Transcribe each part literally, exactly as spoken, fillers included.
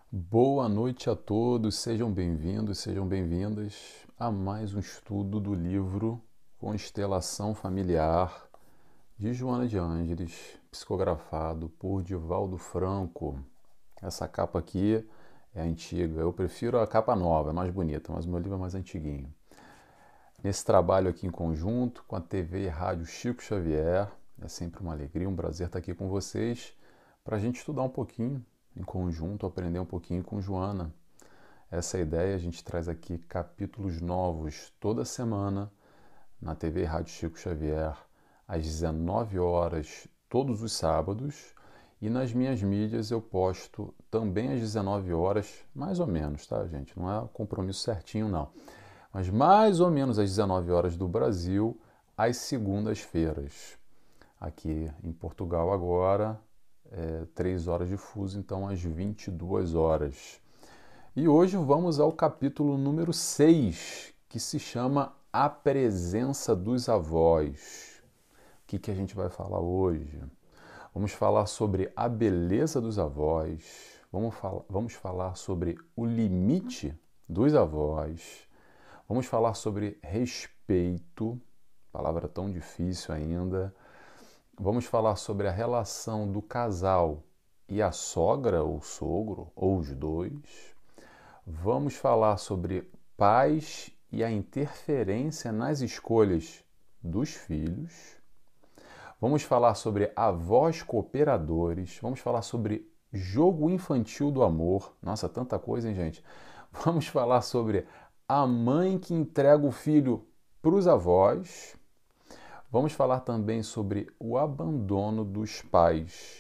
Boa noite a todos, sejam bem-vindos, sejam bem-vindas a mais um estudo do livro Constelação Familiar de Joana de Ângeles, psicografado por Divaldo Franco. Essa capa aqui é antiga, eu prefiro a capa nova, é mais bonita, mas o meu livro é mais antiguinho. Nesse trabalho aqui em conjunto com a T V e Rádio Chico Xavier, é sempre uma alegria, um prazer estar aqui com vocês para a gente estudar um pouquinho em conjunto, aprender um pouquinho com Joana. Essa é a ideia, a gente traz aqui capítulos novos toda semana na T V e Rádio Chico Xavier, às dezenove horas, todos os sábados, e nas minhas mídias eu posto também às dezenove horas, mais ou menos, tá, gente? Não é compromisso certinho, não. Mas mais ou menos às dezenove horas do Brasil, às segundas-feiras. Aqui em Portugal agora, é, três horas de fuso, então às vinte e duas horas. E hoje vamos ao capítulo número seis, que se chama A Presença dos Avós. O que, que a gente vai falar hoje? Vamos falar sobre a beleza dos avós, vamos, fal vamos falar sobre o limite dos avós, vamos falar sobre respeito, palavra tão difícil ainda. Vamos falar sobre a relação do casal e a sogra ou sogro, ou os dois. Vamos falar sobre pais e a interferência nas escolhas dos filhos. Vamos falar sobre avós cooperadores. Vamos falar sobre jogo infantil do amor. Nossa, tanta coisa, hein, gente? Vamos falar sobre a mãe que entrega o filho para os avós. Vamos falar também sobre o abandono dos pais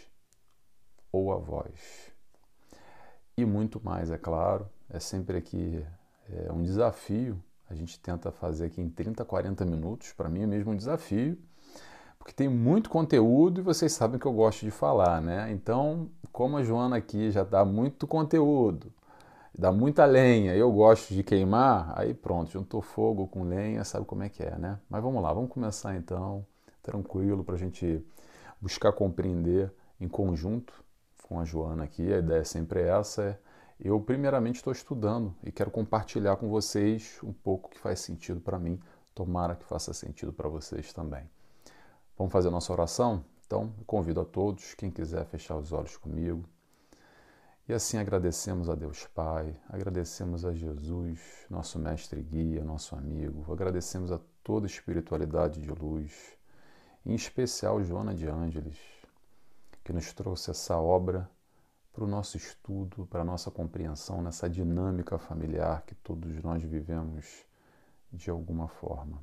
ou avós. E muito mais, é claro. É sempre aqui é um desafio. A gente tenta fazer aqui em trinta, quarenta minutos. Para mim é mesmo um desafio, porque tem muito conteúdo e vocês sabem que eu gosto de falar, né? Então, como a Joana aqui já dá muito conteúdo, dá muita lenha, eu gosto de queimar, aí pronto, juntou fogo com lenha, sabe como é que é, né? Mas vamos lá, vamos começar então, tranquilo, para a gente buscar compreender em conjunto com a Joana aqui. A ideia é sempre essa. Eu primeiramente estou estudando e quero compartilhar com vocês um pouco que faz sentido para mim, tomara que faça sentido para vocês também. Vamos fazer a nossa oração? Então, eu convido a todos, quem quiser fechar os olhos comigo. E assim agradecemos a Deus Pai, agradecemos a Jesus, nosso mestre e guia, nosso amigo, agradecemos a toda a espiritualidade de luz, em especial Joana de Ângeles, que nos trouxe essa obra para o nosso estudo, para a nossa compreensão nessa dinâmica familiar que todos nós vivemos de alguma forma.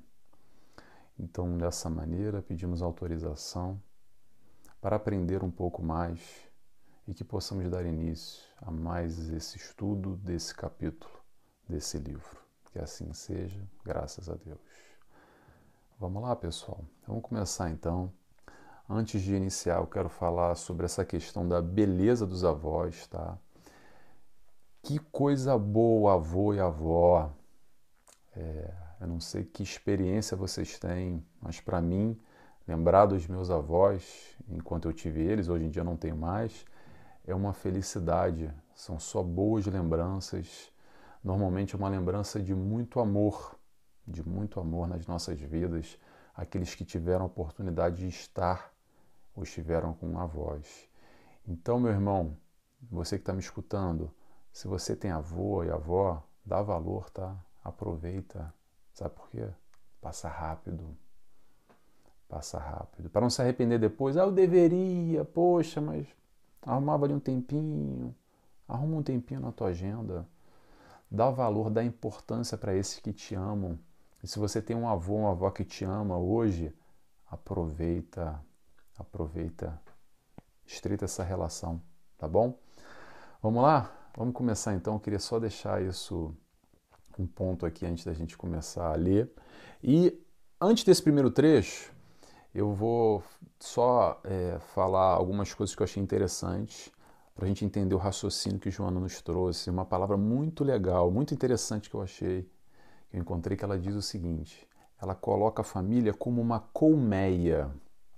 Então, dessa maneira, pedimos autorização para aprender um pouco mais e que possamos dar início a mais esse estudo desse capítulo, desse livro. Que assim seja, graças a Deus. Vamos lá, pessoal. Vamos começar então. Antes de iniciar, eu quero falar sobre essa questão da beleza dos avós, tá? Que coisa boa, avô e avó. É, eu não sei que experiência vocês têm, mas para mim, lembrar dos meus avós, enquanto eu tive eles, hoje em dia não tenho mais, é uma felicidade. São só boas lembranças. Normalmente é uma lembrança de muito amor, de muito amor nas nossas vidas, aqueles que tiveram a oportunidade de estar ou estiveram com avós. Então, meu irmão, você que está me escutando, se você tem avô e avó, dá valor, tá? Aproveita. Sabe por quê? Passa rápido. Passa rápido. Para não se arrepender depois, ah, eu deveria, poxa, mas arrumava ali um tempinho. Arruma um tempinho na tua agenda. Dá valor, dá importância para esses que te amam. E se você tem um avô, uma avó que te ama hoje, aproveita, aproveita, estreita essa relação, tá bom? Vamos lá? Vamos começar então. Eu queria só deixar isso, um ponto aqui antes da gente começar a ler. E antes desse primeiro trecho, eu vou só é, falar algumas coisas que eu achei interessantes para a gente entender o raciocínio que Joana nos trouxe. Uma palavra muito legal, muito interessante que eu achei, que eu encontrei, que ela diz o seguinte: ela coloca a família como uma colmeia,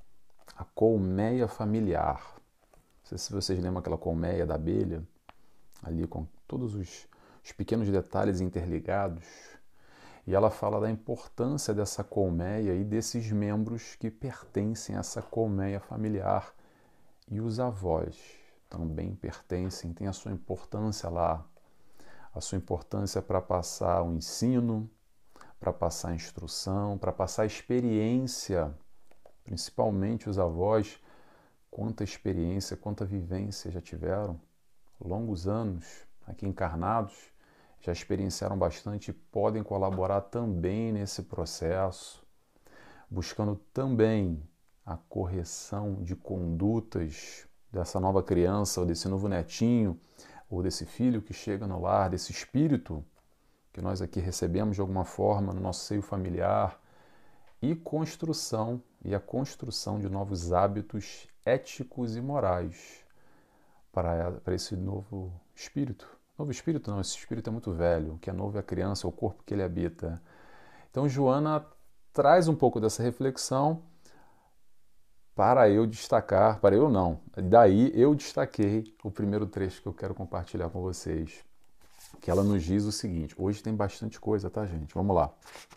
a colmeia familiar. Não sei se vocês lembram aquela colmeia da abelha. ali com todos os, os pequenos detalhes interligados. E ela fala da importância dessa colmeia e desses membros que pertencem a essa colmeia familiar. E os avós também pertencem, têm a sua importância lá, a sua importância para passar o ensino, para passar a instrução, para passar a experiência, principalmente os avós, quanta experiência, quanta vivência já tiveram, longos anos aqui encarnados, já experienciaram bastante e podem colaborar também nesse processo, buscando também a correção de condutas dessa nova criança, ou desse novo netinho, ou desse filho que chega no lar, desse espírito que nós aqui recebemos de alguma forma no nosso seio familiar, e construção, e a construção de novos hábitos éticos e morais para, para esse novo espírito. Novo espírito não, esse espírito é muito velho, o que é novo é a criança, é o corpo que ele habita. Então Joana traz um pouco dessa reflexão para eu destacar, para eu não, daí eu destaquei o primeiro trecho que eu quero compartilhar com vocês, que ela nos diz o seguinte, hoje tem bastante coisa, tá gente? Vamos lá.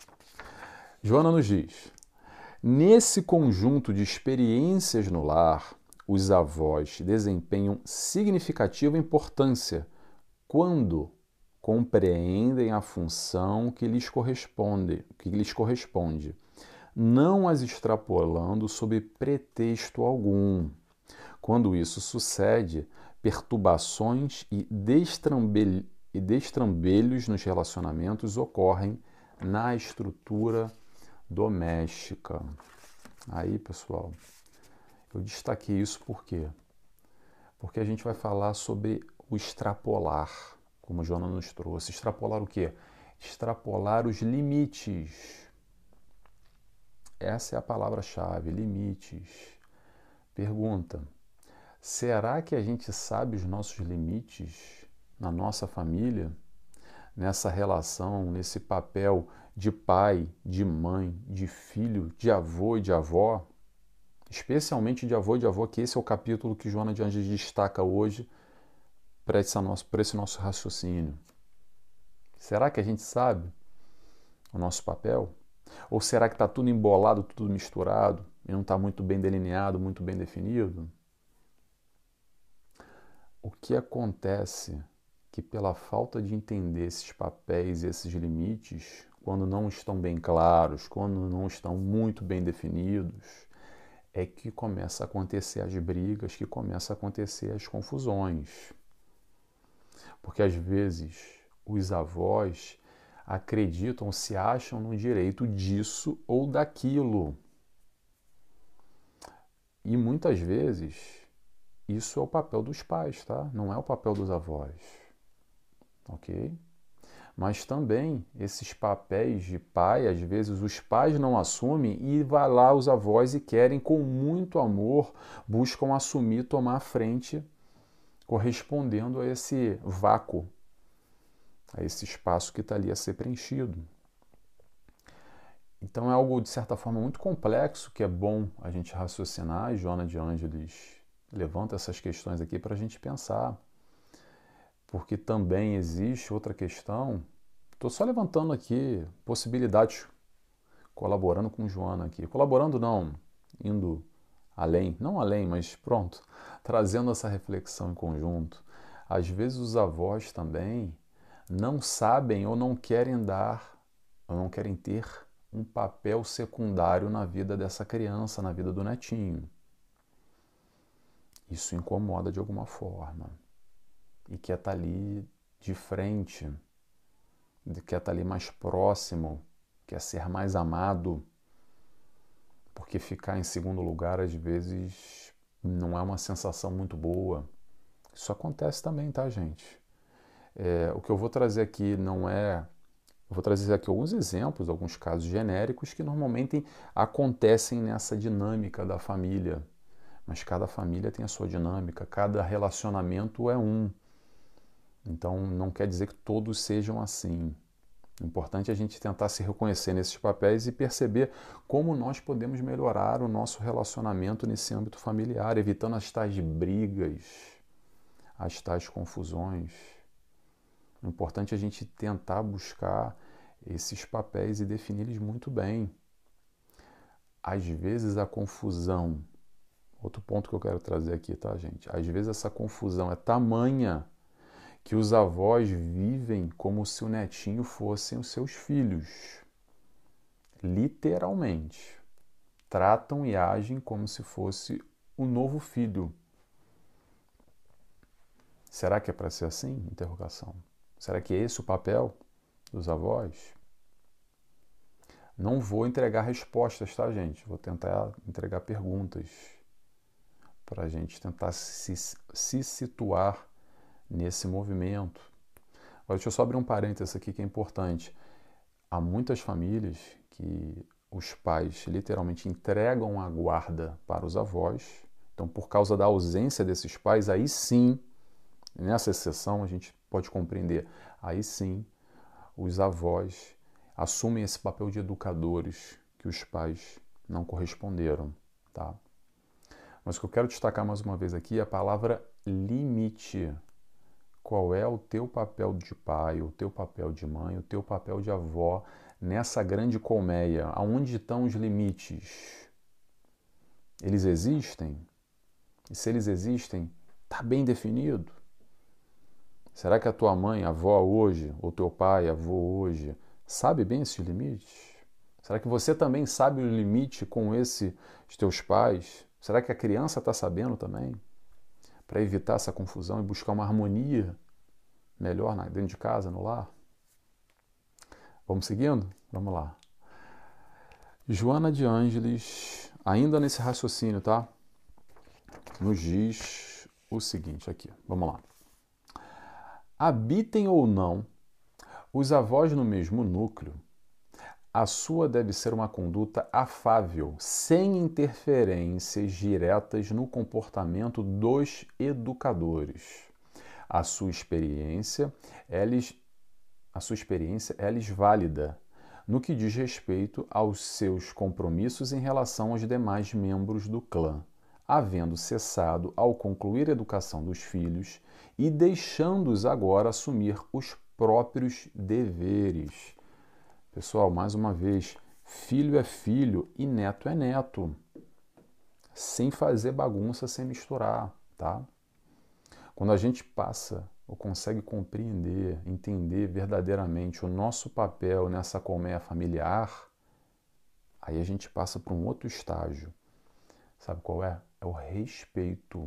Joana nos diz, nesse conjunto de experiências no lar, os avós desempenham significativa importância quando compreendem a função que lhes corresponde, que lhes corresponde, não as extrapolando sob pretexto algum. Quando isso sucede, perturbações e, destrambel... e destrambelhos nos relacionamentos ocorrem na estrutura doméstica. Aí, pessoal, eu destaquei isso por quê? Porque a gente vai falar sobre o extrapolar, como a Joana nos trouxe. Extrapolar o quê? Extrapolar os limites. Essa é a palavra-chave, limites. Pergunta, será que a gente sabe os nossos limites na nossa família? Nessa relação, nesse papel de pai, de mãe, de filho, de avô e de avó? Especialmente de avô e de avó, que esse é o capítulo que Joana de Ângeles destaca hoje para esse nosso, para esse nosso raciocínio. Será que a gente sabe o nosso papel? Ou será que está tudo embolado, tudo misturado e não está muito bem delineado, muito bem definido? O que acontece que pela falta de entender esses papéis e esses limites, quando não estão bem claros, quando não estão muito bem definidos, é que começa a acontecer as brigas, que começa a acontecer as confusões. Porque às vezes os avós acreditam, se acham no direito disso ou daquilo. E muitas vezes isso é o papel dos pais, tá? Não é o papel dos avós. Ok? Mas também esses papéis de pai, às vezes os pais não assumem e vai lá os avós e querem com muito amor, buscam assumir, tomar a frente, correspondendo a esse vácuo, a esse espaço que está ali a ser preenchido. Então é algo, de certa forma, muito complexo, que é bom a gente raciocinar, e Joana de Ângeles levanta essas questões aqui para a gente pensar. Porque também existe outra questão, estou só levantando aqui possibilidades, colaborando com Joana aqui. Colaborando não, indo além, não além, mas pronto, trazendo essa reflexão em conjunto. Às vezes os avós também não sabem ou não querem dar, ou não querem ter um papel secundário na vida dessa criança, na vida do netinho. Isso incomoda de alguma forma. E quer estar ali de frente, quer estar ali mais próximo, quer ser mais amado, porque ficar em segundo lugar às vezes não é uma sensação muito boa. Isso acontece também, tá, gente? É, o que eu vou trazer aqui não é... Eu vou trazer aqui alguns exemplos, alguns casos genéricos que normalmente acontecem nessa dinâmica da família. Mas cada família tem a sua dinâmica, cada relacionamento é um. Então não quer dizer que todos sejam assim. O importante é a gente tentar se reconhecer nesses papéis e perceber como nós podemos melhorar o nosso relacionamento nesse âmbito familiar, evitando as tais brigas, as tais confusões. O importante é a gente tentar buscar esses papéis e defini-los muito bem. Às vezes a confusão, outro ponto que eu quero trazer aqui, tá, gente? Às vezes essa confusão é tamanha que os avós vivem como se o netinho fossem os seus filhos. Literalmente. Tratam e agem como se fosse o novo filho. Será que é para ser assim? Interrogação. Será que é esse o papel dos avós? Não vou entregar respostas, tá, gente? Vou tentar entregar perguntas para a gente tentar se, se situar nesse movimento. Agora, deixa eu só abrir um parênteses aqui que é importante. Há muitas famílias que os pais literalmente entregam a guarda para os avós. Então, por causa da ausência desses pais, aí sim, nessa exceção, a gente pode compreender, aí sim, os avós assumem esse papel de educadores que os pais não corresponderam, tá? Mas o que eu quero destacar mais uma vez aqui é a palavra limite. Qual é o teu papel de pai, o teu papel de mãe, o teu papel de avó nessa grande colmeia? Aonde estão os limites? Eles existem? E se eles existem, está bem definido? Será que a tua mãe, avó hoje, ou teu pai, avô hoje, sabe bem esses limites? Será que você também sabe o limite com esses teus pais? Será que a criança está sabendo também? Para evitar essa confusão e buscar uma harmonia melhor dentro de casa, no lar? Vamos seguindo? Vamos lá. Joana de Ângeles, ainda nesse raciocínio, tá? Nos diz o seguinte aqui. Vamos lá. Habitem ou não os avós no mesmo núcleo, a sua deve ser uma conduta afável, sem interferências diretas no comportamento dos educadores. A sua experiência é-lhes, a sua experiência é-lhes válida no que diz respeito aos seus compromissos em relação aos demais membros do clã, havendo cessado ao concluir a educação dos filhos e deixando-os agora assumir os próprios deveres. Pessoal, mais uma vez, filho é filho e neto é neto. Sem fazer bagunça, sem misturar, tá? Quando a gente passa ou consegue compreender, entender verdadeiramente o nosso papel nessa colmeia familiar, aí a gente passa para um outro estágio. Sabe qual é? É o respeito.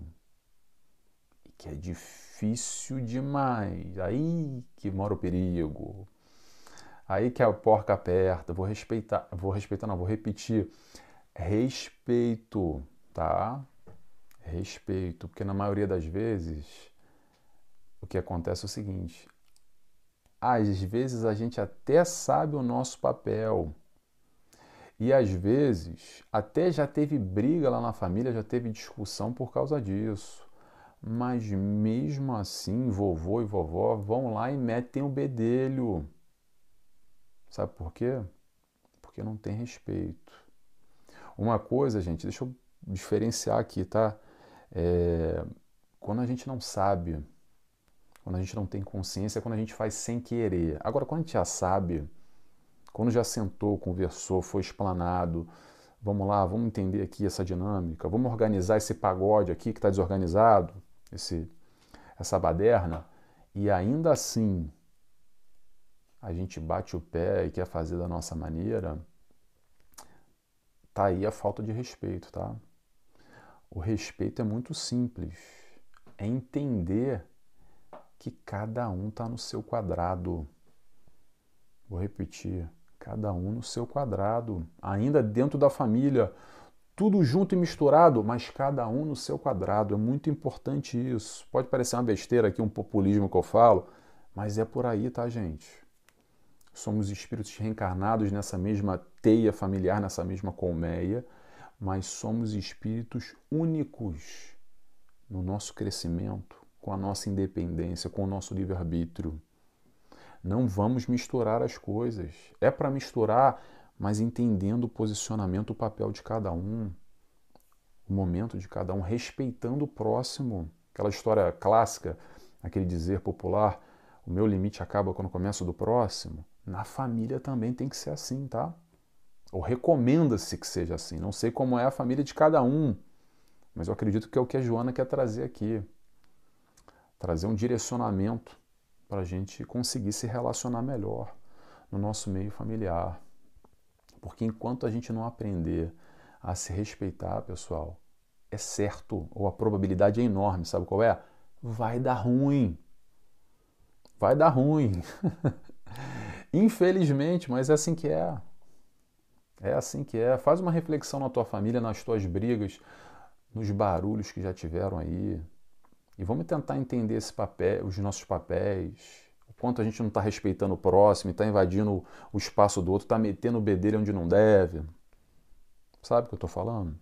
Que é difícil demais. Aí que mora o perigo. Aí que a porca aperta. Vou respeitar, vou respeitar, não, vou repetir. Respeito, tá? Respeito, porque na maioria das vezes o que acontece é o seguinte: às vezes a gente até sabe o nosso papel. E às vezes até já teve briga lá na família, já teve discussão por causa disso. Mas mesmo assim, vovô e vovó vão lá e metem o bedelho. Sabe por quê? Porque não tem respeito. Uma coisa, gente, deixa eu diferenciar aqui, tá? É, quando a gente não sabe, quando a gente não tem consciência, é quando a gente faz sem querer. Agora, quando a gente já sabe, quando já sentou, conversou, foi explanado, vamos lá, vamos entender aqui essa dinâmica, vamos organizar esse pagode aqui que está desorganizado, esse, essa baderna, e ainda assim a gente bate o pé e quer fazer da nossa maneira, tá aí a falta de respeito, tá? O respeito é muito simples, é entender que cada um está no seu quadrado. Vou repetir, cada um no seu quadrado, ainda dentro da família, tudo junto e misturado, mas cada um no seu quadrado. É muito importante isso. Pode parecer uma besteira aqui, um populismo que eu falo, mas é por aí, tá, gente? Somos espíritos reencarnados nessa mesma teia familiar, nessa mesma colmeia, mas somos espíritos únicos no nosso crescimento, com a nossa independência, com o nosso livre-arbítrio. Não vamos misturar as coisas. É para misturar, mas entendendo o posicionamento, o papel de cada um, o momento de cada um, respeitando o próximo. Aquela história clássica, aquele dizer popular, o meu limite acaba quando começa o do próximo. Na família também tem que ser assim, tá? Ou recomenda-se que seja assim. Não sei como é a família de cada um, mas eu acredito que é o que a Joana quer trazer aqui. Trazer um direcionamento para a gente conseguir se relacionar melhor no nosso meio familiar. Porque enquanto a gente não aprender a se respeitar, pessoal, é certo, ou a probabilidade é enorme, sabe qual é? Vai dar ruim. Vai dar ruim. Infelizmente, mas é assim que é. É assim que é. Faz uma reflexão na tua família, nas tuas brigas, nos barulhos que já tiveram aí. E vamos tentar entender esse papel, os nossos papéis, o quanto a gente não está respeitando o próximo, está invadindo o espaço do outro, está metendo o bedelho onde não deve. Sabe o que eu estou falando?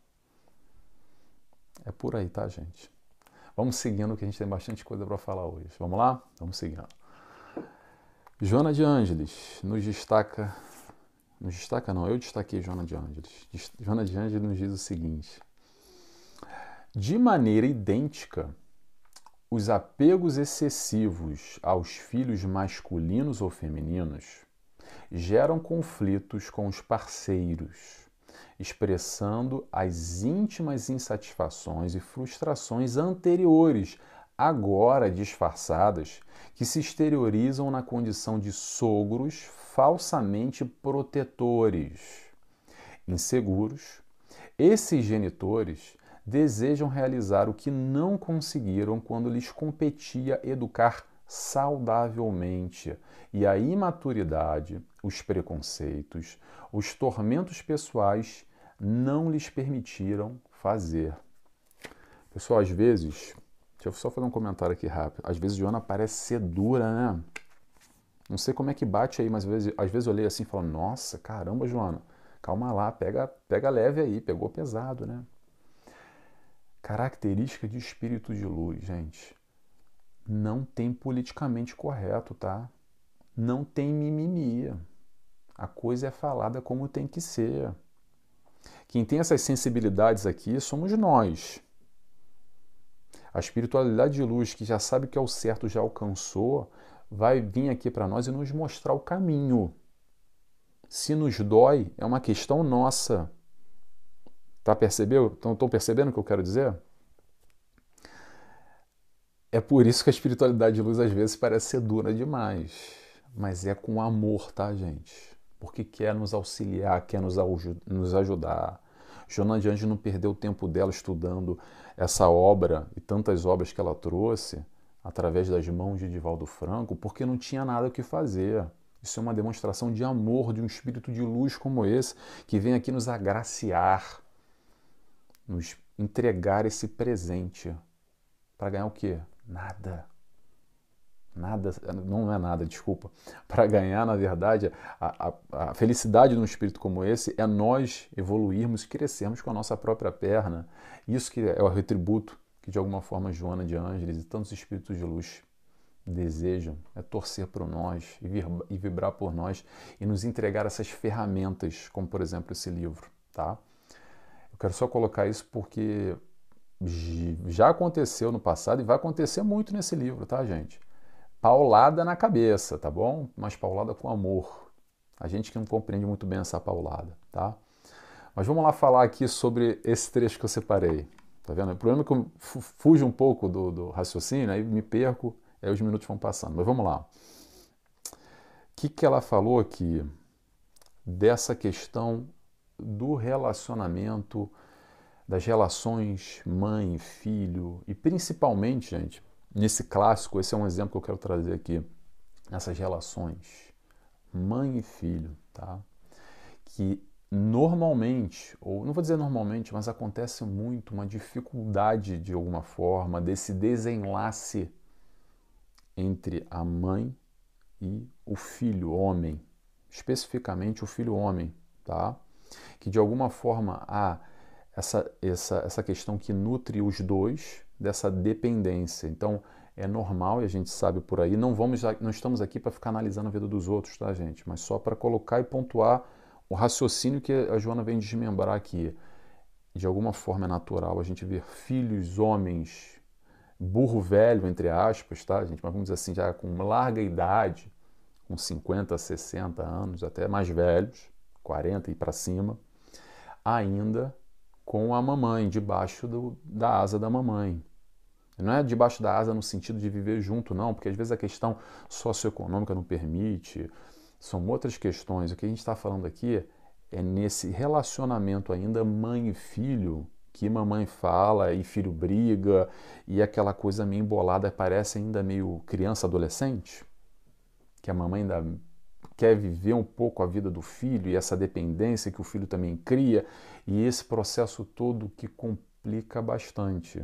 É por aí, tá, gente? Vamos seguindo que a gente tem bastante coisa para falar hoje. Vamos lá? Vamos seguindo. Joana de Ângeles nos destaca, nos destaca não, eu destaquei Joana de Ângeles. Joana de Ângeles nos diz o seguinte: de maneira idêntica, os apegos excessivos aos filhos masculinos ou femininos geram conflitos com os parceiros, expressando as íntimas insatisfações e frustrações anteriores, agora disfarçadas, que se exteriorizam na condição de sogros falsamente protetores. Inseguros, esses genitores desejam realizar o que não conseguiram quando lhes competia educar saudavelmente, e a imaturidade, os preconceitos, os tormentos pessoais não lhes permitiram fazer. Pessoal, às vezes, deixa eu só fazer um comentário aqui rápido, às vezes Joana parece ser dura, né? Não sei como é que bate aí, mas às vezes, às vezes eu leio assim e falo, nossa, caramba, Joana, calma lá, pega, pega leve aí, pegou pesado, né? Característica de espírito de luz, gente. Não tem politicamente correto, tá? Não tem mimimi. A coisa é falada como tem que ser. Quem tem essas sensibilidades aqui somos nós. A espiritualidade de luz, que já sabe que é o certo, já alcançou, vai vir aqui para nós e nos mostrar o caminho. Se nos dói, é uma questão nossa. Tá percebeu? Então, estão percebendo o que eu quero dizer? É por isso que a espiritualidade de luz às vezes parece ser dura demais. Mas é com amor, tá, gente? Porque quer nos auxiliar, quer nos, nos ajudar. Joana de Ângeles não perdeu o tempo dela estudando essa obra e tantas obras que ela trouxe através das mãos de Divaldo Franco, porque não tinha nada o que fazer. Isso é uma demonstração de amor de um espírito de luz como esse, que vem aqui nos agraciar, nos entregar esse presente. Para ganhar o quê? Nada. Nada, não é nada, desculpa. Para ganhar, na verdade, a, a, a felicidade de um espírito como esse é nós evoluirmos e crescermos com a nossa própria perna. Isso que é o retributo que, de alguma forma, Joana de Ângeles e tantos espíritos de luz desejam, é torcer por nós e vibrar por nós e nos entregar essas ferramentas, como, por exemplo, esse livro, tá? Eu quero só colocar isso porque já aconteceu no passado e vai acontecer muito nesse livro, tá, gente? Paulada na cabeça, tá bom? Mas paulada com amor. A gente que não compreende muito bem essa paulada, tá? Mas vamos lá falar aqui sobre esse trecho que eu separei. Tá vendo? O problema é que eu fujo um pouco do, do raciocínio, aí me perco, aí os minutos vão passando. Mas vamos lá. O que, que ela falou aqui dessa questão do relacionamento, das relações mãe e filho, e principalmente, gente, nesse clássico, esse é um exemplo que eu quero trazer aqui, nessas relações mãe e filho, tá? Que normalmente, ou não vou dizer normalmente, mas acontece muito uma dificuldade de alguma forma desse desenlace entre a mãe e o filho homem, especificamente o filho homem, tá? Que de alguma forma há essa, essa, essa questão que nutre os dois dessa dependência. Então é normal e a gente sabe por aí, não vamos, não estamos aqui para ficar analisando a vida dos outros, tá, gente? Mas só para colocar e pontuar o raciocínio que a Joana vem desmembrar aqui. De alguma forma é natural a gente ver filhos homens burro velho, entre aspas, tá, gente? Mas vamos dizer assim, já com larga idade, com cinquenta, sessenta anos, até mais velhos, quarenta e para cima, ainda com a mamãe, debaixo do, da asa da mamãe. Não é debaixo da asa no sentido de viver junto, não, porque às vezes a questão socioeconômica não permite, são outras questões. O que a gente está falando aqui é nesse relacionamento ainda mãe e filho, que mamãe fala e filho briga, e aquela coisa meio embolada, parece ainda meio criança, adolescente, que a mamãe ainda quer viver um pouco a vida do filho e essa dependência que o filho também cria, e esse processo todo que complica bastante.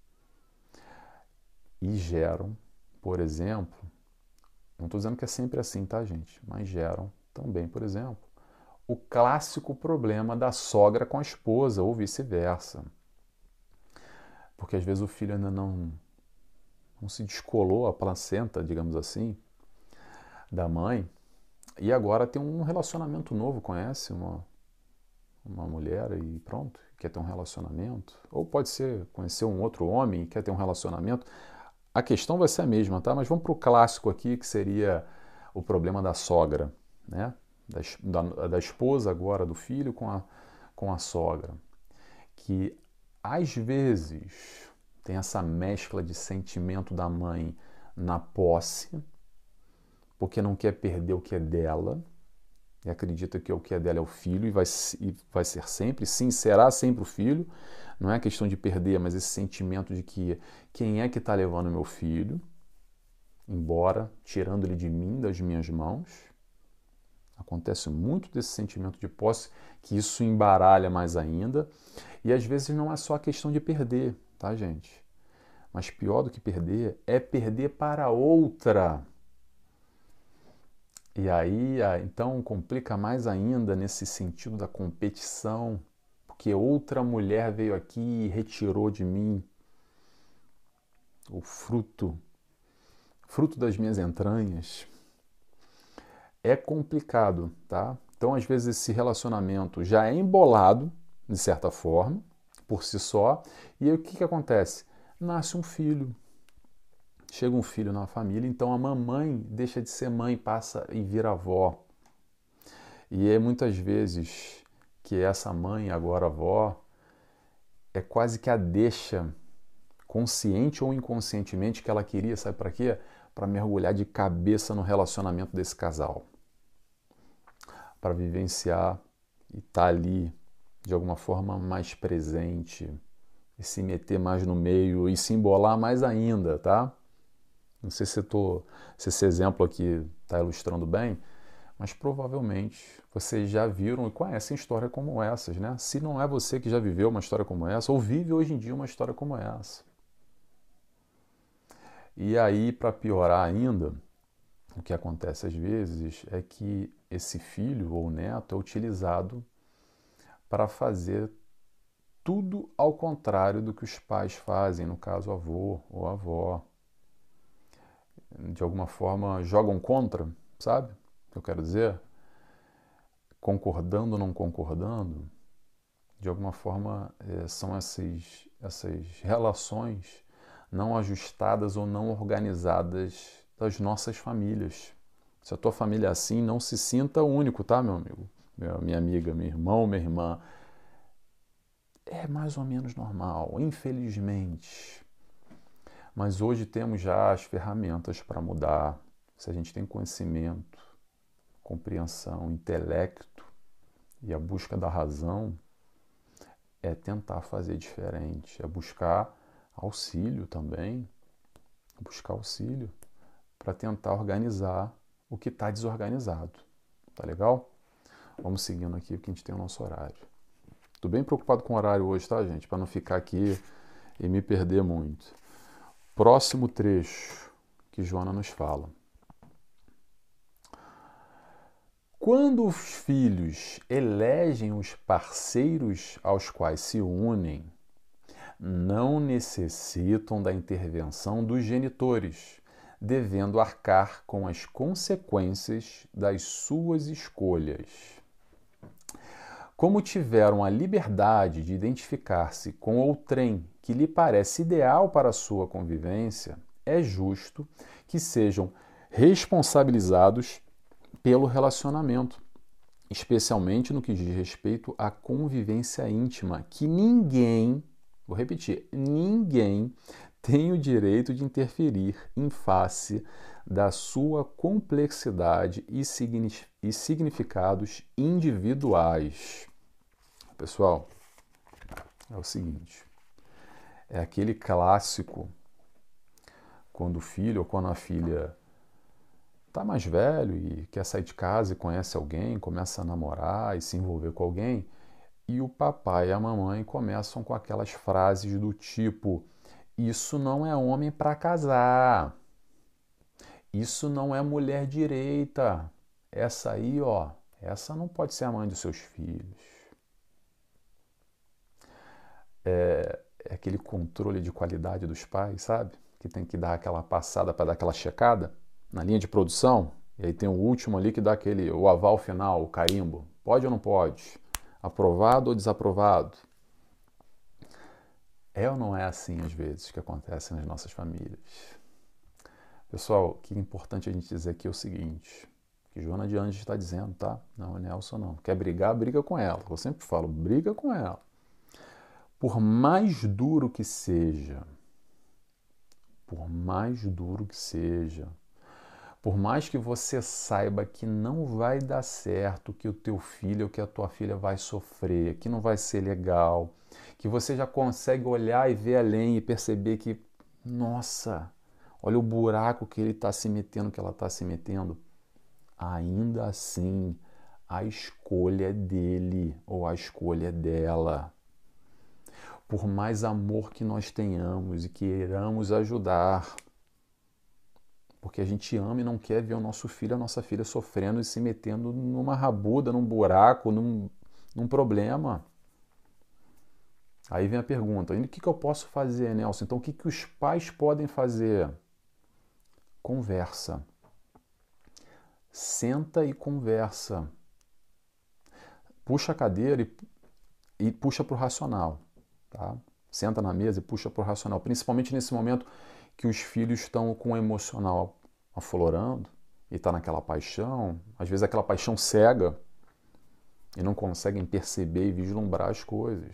E geram, por exemplo, não estou dizendo que é sempre assim, tá, gente? Mas geram também, por exemplo, o clássico problema da sogra com a esposa ou vice-versa. Porque às vezes o filho ainda não, não se descolou a placenta, digamos assim, da mãe, e agora tem um relacionamento novo, conhece uma, uma mulher e pronto, quer ter um relacionamento. Ou pode ser conhecer um outro homem e quer ter um relacionamento. A questão vai ser a mesma, tá? Mas vamos para o clássico aqui, que seria o problema da sogra, né? Da, da, da esposa agora, do filho com a, com a sogra. Que às vezes tem essa mescla de sentimento da mãe na posse, porque não quer perder o que é dela, e acredita que o que é dela é o filho, e vai, e vai ser sempre, sim, será sempre o filho. Não é questão de perder, mas esse sentimento de que quem é que está levando meu filho embora, tirando ele de mim, das minhas mãos. Acontece muito desse sentimento de posse, que isso embaralha mais ainda. E às vezes não é só a questão de perder, tá, gente? Mas pior do que perder é perder para outra. E aí, então, complica mais ainda nesse sentido da competição, porque outra mulher veio aqui e retirou de mim o fruto, fruto das minhas entranhas. É complicado, tá? Então, às vezes, esse relacionamento já é embolado, de certa forma, por si só, e aí o que, que acontece? Nasce um filho. Chega um filho na família, então a mamãe deixa de ser mãe, passa e vira avó. E é muitas vezes que essa mãe, agora avó, é quase que a deixa, consciente ou inconscientemente, que ela queria, sabe para quê? Para mergulhar de cabeça no relacionamento desse casal. Para vivenciar e estar tá ali de alguma forma mais presente, e se meter mais no meio e se embolar mais ainda, tá? Não sei se, eu tô, se esse exemplo aqui está ilustrando bem, mas provavelmente vocês já viram e conhecem histórias como essas, né? Se não é você que já viveu uma história como essa, ou vive hoje em dia uma história como essa. E aí, para piorar ainda, o que acontece às vezes é que esse filho ou neto é utilizado para fazer tudo ao contrário do que os pais fazem, no caso, avô ou avó. De alguma forma, jogam contra, sabe? O que eu quero dizer? Concordando ou não concordando, de alguma forma, é, são essas, essas relações não ajustadas ou não organizadas das nossas famílias. Se a tua família é assim, não se sinta único, tá, meu amigo? Minha amiga, meu irmão, minha irmã. É mais ou menos normal, infelizmente. Mas hoje temos já as ferramentas para mudar. Se a gente tem conhecimento, compreensão, intelecto e a busca da razão, é tentar fazer diferente, é buscar auxílio também, buscar auxílio para tentar organizar o que está desorganizado. Tá legal? Vamos seguindo aqui porque a gente tem o nosso horário. Tô bem preocupado com o horário hoje, tá, gente? Para não ficar aqui e me perder muito. Próximo trecho que Joana nos fala. Quando os filhos elegem os parceiros aos quais se unem, não necessitam da intervenção dos genitores, devendo arcar com as consequências das suas escolhas. Como tiveram a liberdade de identificar-se com outrem que lhe parece ideal para a sua convivência, é justo que sejam responsabilizados pelo relacionamento, especialmente no que diz respeito à convivência íntima, que ninguém, vou repetir, ninguém tem o direito de interferir em face da sua complexidade e significados individuais. Pessoal, é o seguinte, é aquele clássico quando o filho ou quando a filha está mais velho e quer sair de casa e conhece alguém, começa a namorar e se envolver com alguém, e o papai e a mamãe começam com aquelas frases do tipo: isso não é homem para casar, isso não é mulher direita, essa aí, ó, essa não pode ser a mãe dos seus filhos. É, é aquele controle de qualidade dos pais, sabe? Que tem que dar aquela passada para dar aquela checada na linha de produção, e aí tem o último ali que dá aquele, o aval final, o carimbo. Pode ou não pode? Aprovado ou desaprovado? É ou não é assim, às vezes, que acontece nas nossas famílias? Pessoal, o que é importante a gente dizer aqui é o seguinte, que Joana de Anjos está dizendo, tá? Não, Nelson não. Quer brigar, briga com ela. Eu sempre falo, briga com ela. Por mais duro que seja, por mais duro que seja, por mais que você saiba que não vai dar certo, que o teu filho ou que a tua filha vai sofrer, que não vai ser legal, que você já consegue olhar e ver além e perceber que, nossa, olha o buraco que ele está se metendo, que ela está se metendo, ainda assim, a escolha é dele ou a escolha é dela. Por mais amor que nós tenhamos e queiramos ajudar, porque a gente ama e não quer ver o nosso filho, a nossa filha sofrendo e se metendo numa rabuda, num buraco, num, num problema. Aí vem a pergunta, o que, que eu posso fazer, Nelson? Então o que, que os pais podem fazer? Conversa. Senta e conversa. Puxa a cadeira e, e puxa para o racional. Tá? Senta na mesa e puxa para o racional, principalmente nesse momento que os filhos estão com o emocional aflorando e está naquela paixão, às vezes aquela paixão cega e não conseguem perceber e vislumbrar as coisas.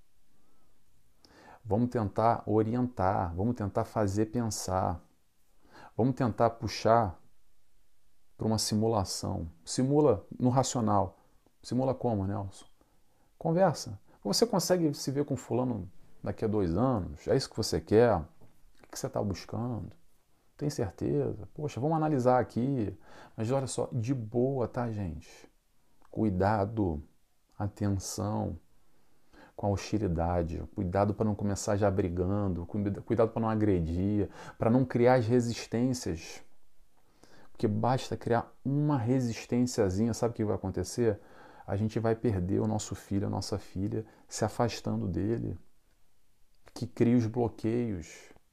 Vamos tentar orientar, vamos tentar fazer pensar, vamos tentar puxar para uma simulação. Simula no racional. Simula como, Nelson? Conversa. Você consegue se ver com fulano daqui a dois anos? É isso que você quer? O que você está buscando? Tem certeza? Poxa, vamos analisar aqui. Mas olha só, de boa, tá, gente? Cuidado, atenção com a hostilidade. Cuidado para não começar já brigando. Cuidado para não agredir, para não criar as resistências. Porque basta criar uma resistênciazinha, sabe o que vai acontecer? A gente vai perder o nosso filho, a nossa filha, se afastando dele. Que cria os bloqueios.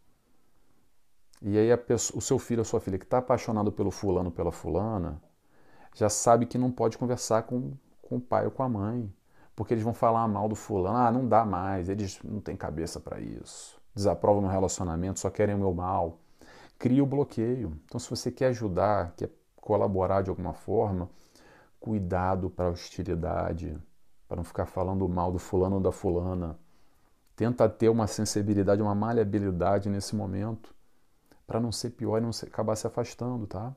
E aí a pessoa, o seu filho ou sua filha que está apaixonado pelo fulano, pela fulana, já sabe que não pode conversar com, com o pai ou com a mãe, porque eles vão falar mal do fulano, ah, não dá mais, eles não têm cabeça para isso, desaprovam no relacionamento, só querem o meu mal, cria o bloqueio. Então se você quer ajudar, quer colaborar de alguma forma, cuidado para a hostilidade, para não ficar falando mal do fulano ou da fulana, tenta ter uma sensibilidade, uma maleabilidade nesse momento, para não ser pior e não ser, acabar se afastando, tá?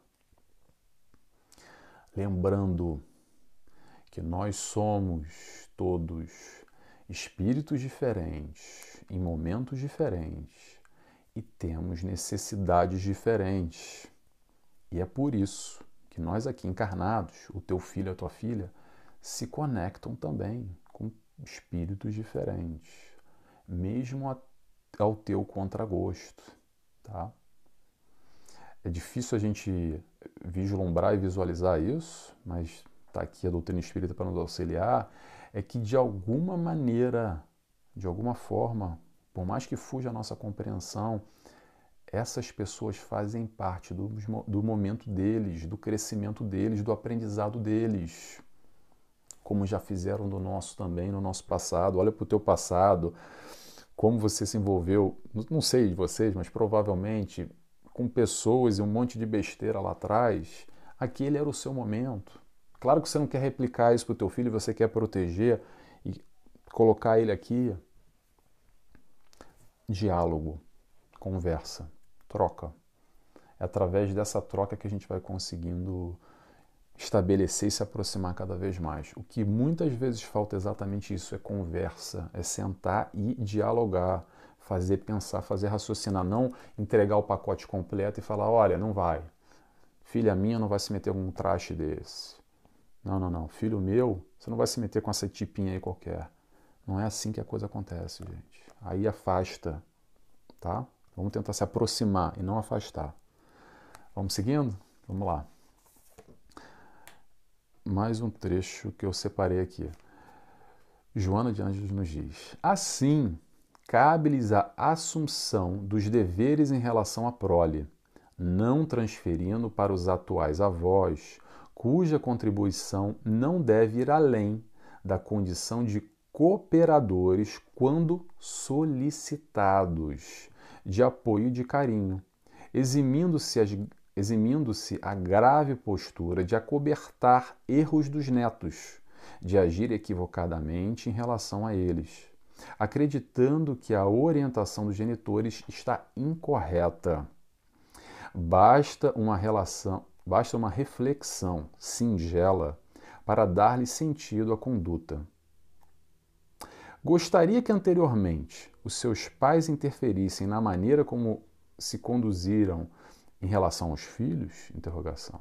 Lembrando que nós somos todos espíritos diferentes, em momentos diferentes, e temos necessidades diferentes. E é por isso que nós aqui encarnados, o teu filho e a tua filha, se conectam também com espíritos diferentes, mesmo ao teu contragosto, tá? É difícil a gente vislumbrar e visualizar isso, mas está aqui a doutrina espírita para nos auxiliar, é que de alguma maneira, de alguma forma, por mais que fuja a nossa compreensão, essas pessoas fazem parte do, do momento deles, do crescimento deles, do aprendizado deles, como já fizeram do nosso também, no nosso passado. Olha para o teu passado, como você se envolveu, não sei de vocês, mas provavelmente com pessoas e um monte de besteira lá atrás, aquele era o seu momento. Claro que você não quer replicar isso para o teu filho, você quer proteger e colocar ele aqui. Diálogo, conversa, troca. É através dessa troca que a gente vai conseguindo estabelecer e se aproximar cada vez mais. O que muitas vezes falta é exatamente isso, é conversa, é sentar e dialogar, fazer pensar, fazer raciocinar, não entregar o pacote completo e falar, olha, não vai, filha minha não vai se meter com um traste desse. Não, não, não, filho meu, você não vai se meter com essa tipinha aí qualquer. Não é assim que a coisa acontece, gente. Aí afasta, tá? Vamos tentar se aproximar e não afastar. Vamos seguindo? Vamos lá. Mais um trecho que eu separei aqui. Joana de Ângeles nos diz: assim, cabe-lhes a assunção dos deveres em relação à prole, não transferindo para os atuais avós, cuja contribuição não deve ir além da condição de cooperadores quando solicitados, de apoio e de carinho, eximindo-se as eximindo-se a grave postura de acobertar erros dos netos, de agir equivocadamente em relação a eles, acreditando que a orientação dos genitores está incorreta. Basta uma relação, basta uma reflexão singela para dar-lhe sentido à conduta. Gostaria que anteriormente os seus pais interferissem na maneira como se conduziram em relação aos filhos? Interrogação.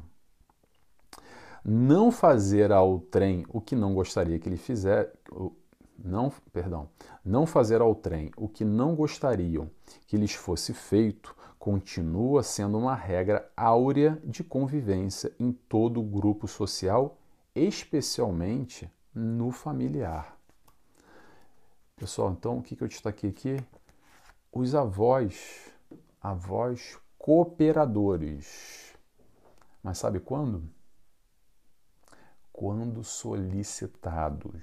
Não fazer ao trem o que não gostaria que ele fizesse, não, perdão, não fazer ao trem o que não gostariam que lhes fosse feito continua sendo uma regra áurea de convivência em todo o grupo social, especialmente no familiar. Pessoal, então o que eu destaquei aqui? Os avós, avós cooperadores. Mas sabe quando? Quando solicitados.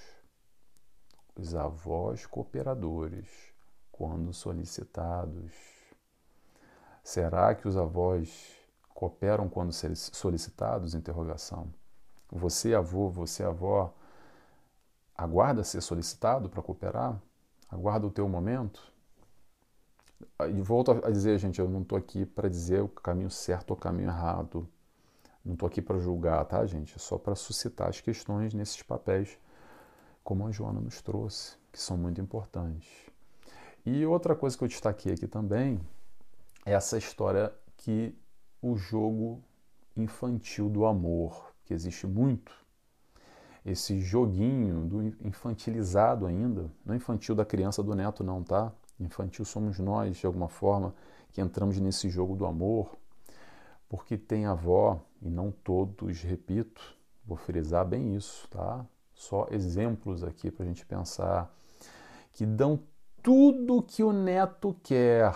Os avós cooperadores, quando solicitados. Será que os avós cooperam quando solicitados? Interrogação. Você, avô, você, avó, aguarda ser solicitado para cooperar? Aguarda o teu momento? E volto a dizer, gente, eu não estou aqui para dizer o caminho certo ou o caminho errado. Não estou aqui para julgar, tá, gente? É só para suscitar as questões nesses papéis, como a Joana nos trouxe, que são muito importantes. E outra coisa que eu destaquei aqui também é essa história que o jogo infantil do amor, que existe muito, esse joguinho do infantilizado ainda, não infantil da criança, do neto não, tá? Infantil somos nós, de alguma forma, que entramos nesse jogo do amor, porque tem avó, e não todos, repito, vou frisar bem isso, tá? Só exemplos aqui para a gente pensar, que dão tudo que o neto quer.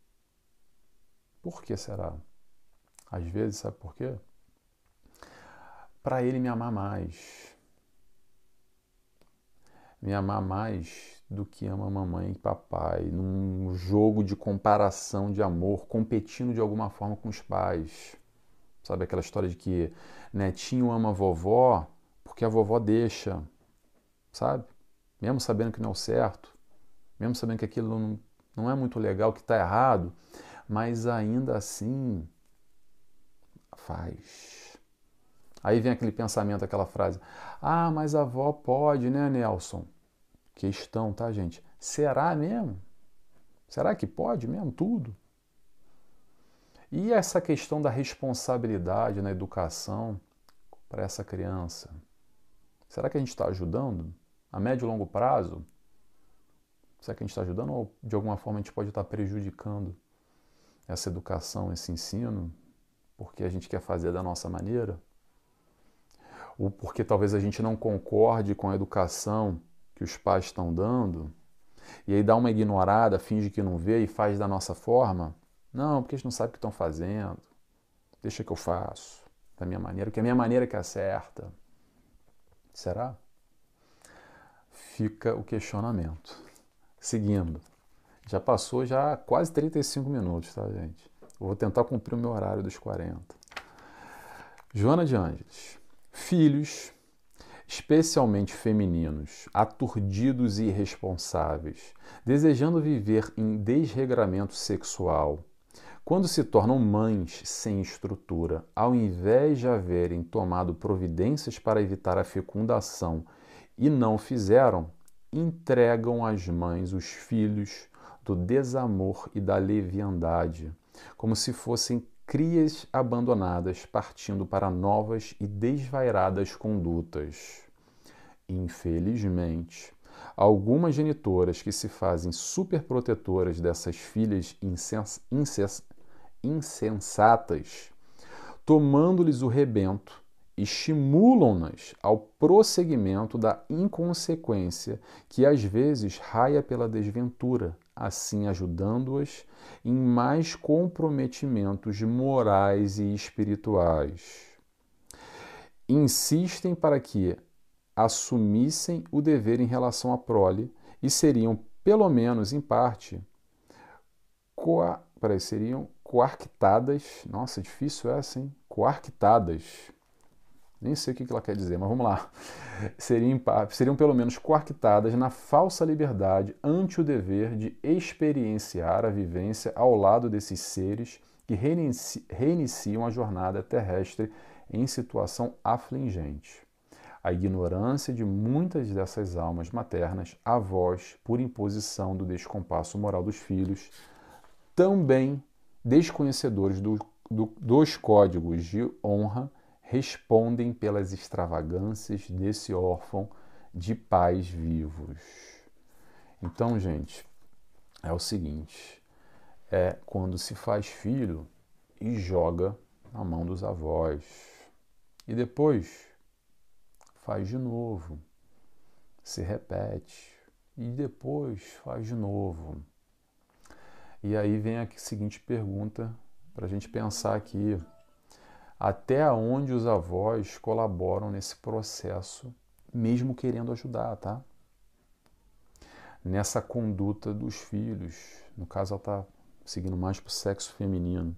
Por que será? Às vezes, sabe por quê? Para ele me amar mais. Me amar mais do que ama mamãe e papai, num jogo de comparação de amor, competindo de alguma forma com os pais. Sabe aquela história de que netinho ama a vovó porque a vovó deixa, sabe? Mesmo sabendo que não é o certo, mesmo sabendo que aquilo não, não é muito legal, que está errado, mas ainda assim faz. Aí vem aquele pensamento, aquela frase, ah, mas a avó pode, né, Nelson? Questão, tá, gente? Será mesmo? Será que pode mesmo tudo? E essa questão da responsabilidade na educação para essa criança? Será que a gente está ajudando? A médio e longo prazo? Será que a gente está ajudando ou de alguma forma a gente pode estar prejudicando essa educação, esse ensino, porque a gente quer fazer da nossa maneira? Ou porque talvez a gente não concorde com a educação que os pais estão dando, e aí dá uma ignorada, finge que não vê e faz da nossa forma? Não, porque eles não sabem o que estão fazendo. Deixa que eu faço da minha maneira, que é a minha maneira que é certa. Será? Fica o questionamento. seguindo. Já passou já quase trinta e cinco minutos, tá, gente? Eu vou tentar cumprir o meu horário dos quarenta. Joana de Ângeles. Filhos, especialmente femininos, aturdidos e irresponsáveis, desejando viver em desregramento sexual, quando se tornam mães sem estrutura, ao invés de haverem tomado providências para evitar a fecundação e não fizeram, entregam às mães os filhos do desamor e da leviandade, como se fossem crias abandonadas partindo para novas e desvairadas condutas. Infelizmente, algumas genitoras que se fazem superprotetoras dessas filhas insens insens insensatas, tomando-lhes o rebento, estimulam-nas ao prosseguimento da inconsequência que às vezes raia pela desventura, assim ajudando-as em mais comprometimentos morais e espirituais. Insistem para que assumissem o dever em relação à prole e seriam, pelo menos em parte, coa... Peraí, seriam coarctadas. Nossa, difícil essa, hein? Coarctadas. Nem sei o que ela quer dizer, mas vamos lá. Seriam, seriam pelo menos coarctadas na falsa liberdade ante o dever de experienciar a vivência ao lado desses seres que reinici, reiniciam a jornada terrestre em situação afligente. A ignorância de muitas dessas almas maternas, avós, por imposição do descompasso moral dos filhos, também desconhecedores do, do, dos códigos de honra, respondem pelas extravagâncias desse órfão de pais vivos. Então, gente, é o seguinte, é quando se faz filho e joga na mão dos avós. E depois faz de novo, se repete, e depois faz de novo. E aí vem a seguinte pergunta para a gente pensar aqui. Até onde os avós colaboram nesse processo, mesmo querendo ajudar, tá? Nessa conduta dos filhos. No caso, ela está seguindo mais para o sexo feminino.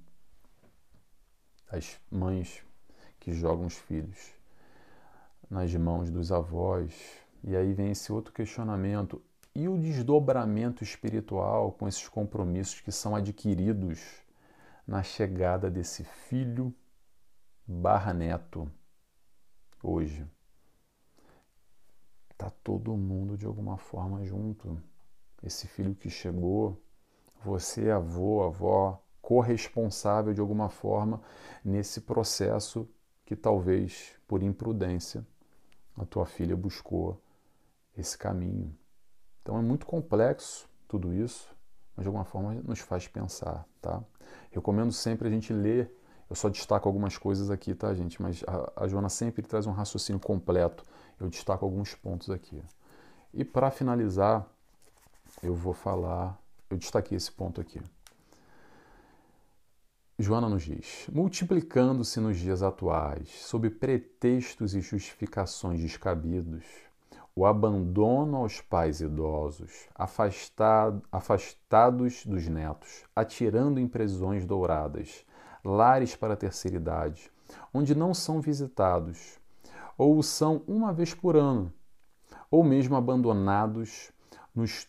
As mães que jogam os filhos nas mãos dos avós. E aí vem esse outro questionamento. E o desdobramento espiritual com esses compromissos que são adquiridos na chegada desse filho barra neto hoje? Tá todo mundo de alguma forma junto. Esse filho que chegou, você, avô, avó, corresponsável de alguma forma nesse processo que talvez por imprudência a tua filha buscou esse caminho. Então é muito complexo tudo isso, mas de alguma forma nos faz pensar, tá? Recomendo sempre a gente ler. Eu só destaco algumas coisas aqui, tá, gente? Mas a, a Joana sempre traz um raciocínio completo. Eu destaco alguns pontos aqui. E para finalizar, eu vou falar... Eu destaquei esse ponto aqui. Joana nos diz: multiplicando-se nos dias atuais, sob pretextos e justificações descabidos, o abandono aos pais idosos, afastado, afastados dos netos, atirando em prisões douradas, lares para a terceira idade, onde não são visitados, ou são uma vez por ano, ou mesmo abandonados nos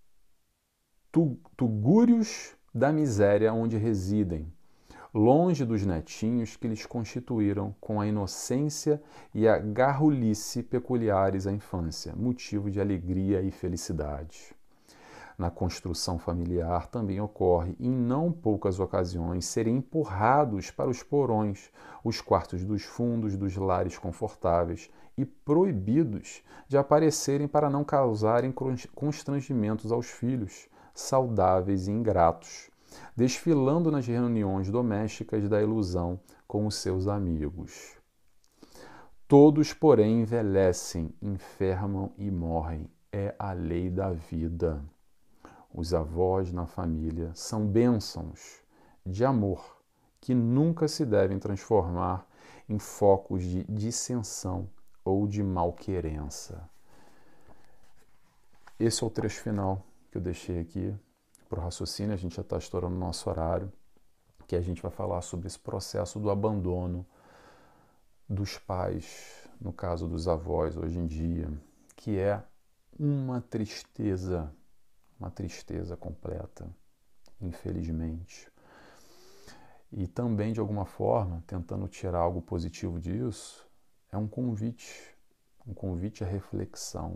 tugúrios da miséria onde residem, longe dos netinhos que lhes constituíram com a inocência e a garrulice peculiares à infância, motivo de alegria e felicidade. Na construção familiar também ocorre, em não poucas ocasiões, serem empurrados para os porões, os quartos dos fundos dos lares confortáveis e proibidos de aparecerem para não causarem constrangimentos aos filhos, saudáveis e ingratos, desfilando nas reuniões domésticas da ilusão com os seus amigos. Todos, porém, envelhecem, enfermam e morrem. É a lei da vida. Os avós na família são bênçãos de amor que nunca se devem transformar em focos de dissensão ou de malquerença. Esse é o trecho final que eu deixei aqui para o raciocínio, a gente já está estourando o nosso horário, que a gente vai falar sobre esse processo do abandono dos pais, no caso dos avós hoje em dia, que é uma tristeza, uma tristeza completa, infelizmente. E também, de alguma forma, tentando tirar algo positivo disso, é um convite, um convite à reflexão.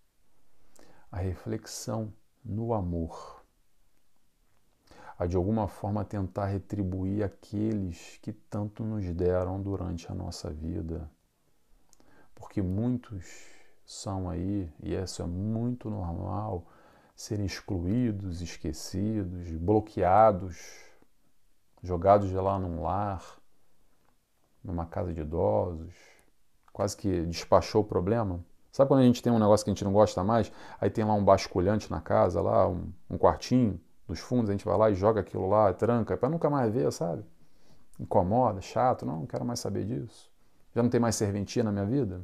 A reflexão no amor. A, de alguma forma, tentar retribuir aqueles que tanto nos deram durante a nossa vida. Porque muitos são aí, e isso é muito normal, serem excluídos, esquecidos, bloqueados, jogados de lá num lar, numa casa de idosos, quase que despachou o problema. Sabe quando a gente tem um negócio que a gente não gosta mais, aí tem lá um basculhante na casa, lá um, um quartinho dos fundos, a gente vai lá e joga aquilo lá, tranca, para nunca mais ver, sabe? Incomoda, chato, não, não quero mais saber disso. Já não tem mais serventia na minha vida?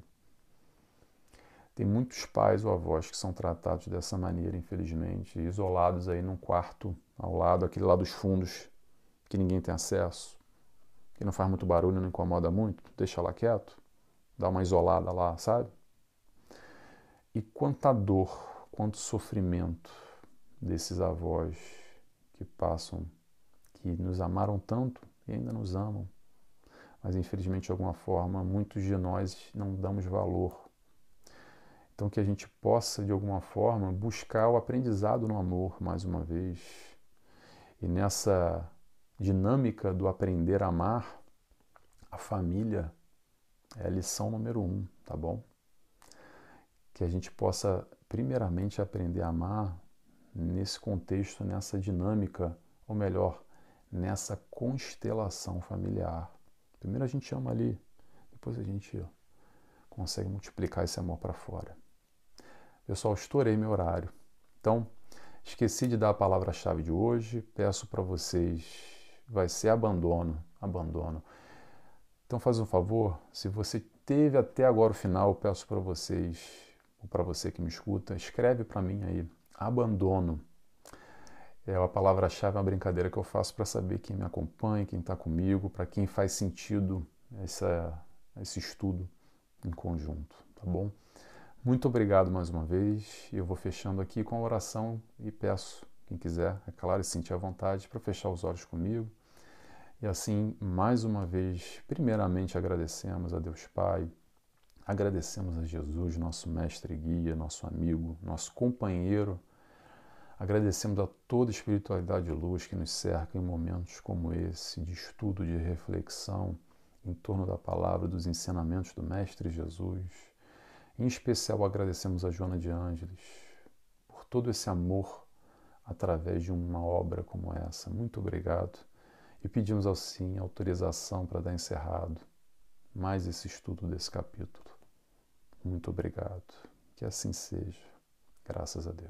Tem muitos pais ou avós que são tratados dessa maneira, infelizmente, isolados aí num quarto ao lado, aquele lá dos fundos, que ninguém tem acesso, que não faz muito barulho, não incomoda muito, deixa lá quieto, dá uma isolada lá, sabe? E quanta dor, quanto sofrimento desses avós que passam, que nos amaram tanto e ainda nos amam, mas infelizmente de alguma forma muitos de nós não damos valor. Então que a gente possa de alguma forma buscar o aprendizado no amor mais uma vez. E nessa dinâmica do aprender a amar, a família é a lição número um, tá bom? Que a gente possa primeiramente aprender a amar nesse contexto, nessa dinâmica, ou melhor, nessa constelação familiar. Primeiro a gente ama ali, depois a gente consegue multiplicar esse amor para fora. Pessoal, estourei meu horário. Então, esqueci de dar a palavra-chave de hoje. Peço para vocês, vai ser abandono, abandono. Então faz um favor, se você teve até agora o final, eu peço para vocês, ou para você que me escuta, escreve para mim aí, abandono. É a palavra-chave, uma brincadeira que eu faço para saber quem me acompanha, quem está comigo, para quem faz sentido essa, esse estudo em conjunto, tá bom? Muito obrigado mais uma vez. Eu vou fechando aqui com a oração e peço, quem quiser, é claro, e sentir à vontade, para fechar os olhos comigo. E assim, mais uma vez, primeiramente agradecemos a Deus Pai, agradecemos a Jesus, nosso mestre e guia, nosso amigo, nosso companheiro. Agradecemos a toda a espiritualidade de luz que nos cerca em momentos como esse, de estudo, de reflexão em torno da palavra, dos ensinamentos do Mestre Jesus. Em especial agradecemos a Joana de Ângeles por todo esse amor através de uma obra como essa. Muito obrigado. E pedimos ao sim autorização para dar encerrado mais esse estudo desse capítulo. Muito obrigado. Que assim seja. Graças a Deus.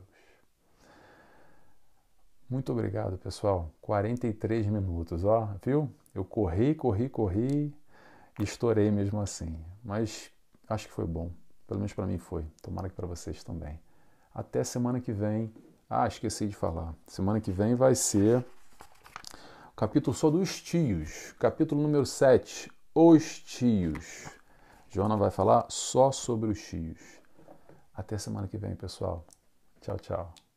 Muito obrigado, pessoal. quarenta e três minutos, ó, viu? Eu corri, corri, corri e estourei mesmo assim. Mas acho que foi bom. Pelo menos para mim foi. Tomara que para vocês também. Até semana que vem. Ah, esqueci de falar. Semana que vem vai ser o capítulo só dos tios. Capítulo número sete. Os tios. Joana vai falar só sobre os tios. Até semana que vem, pessoal. Tchau, tchau.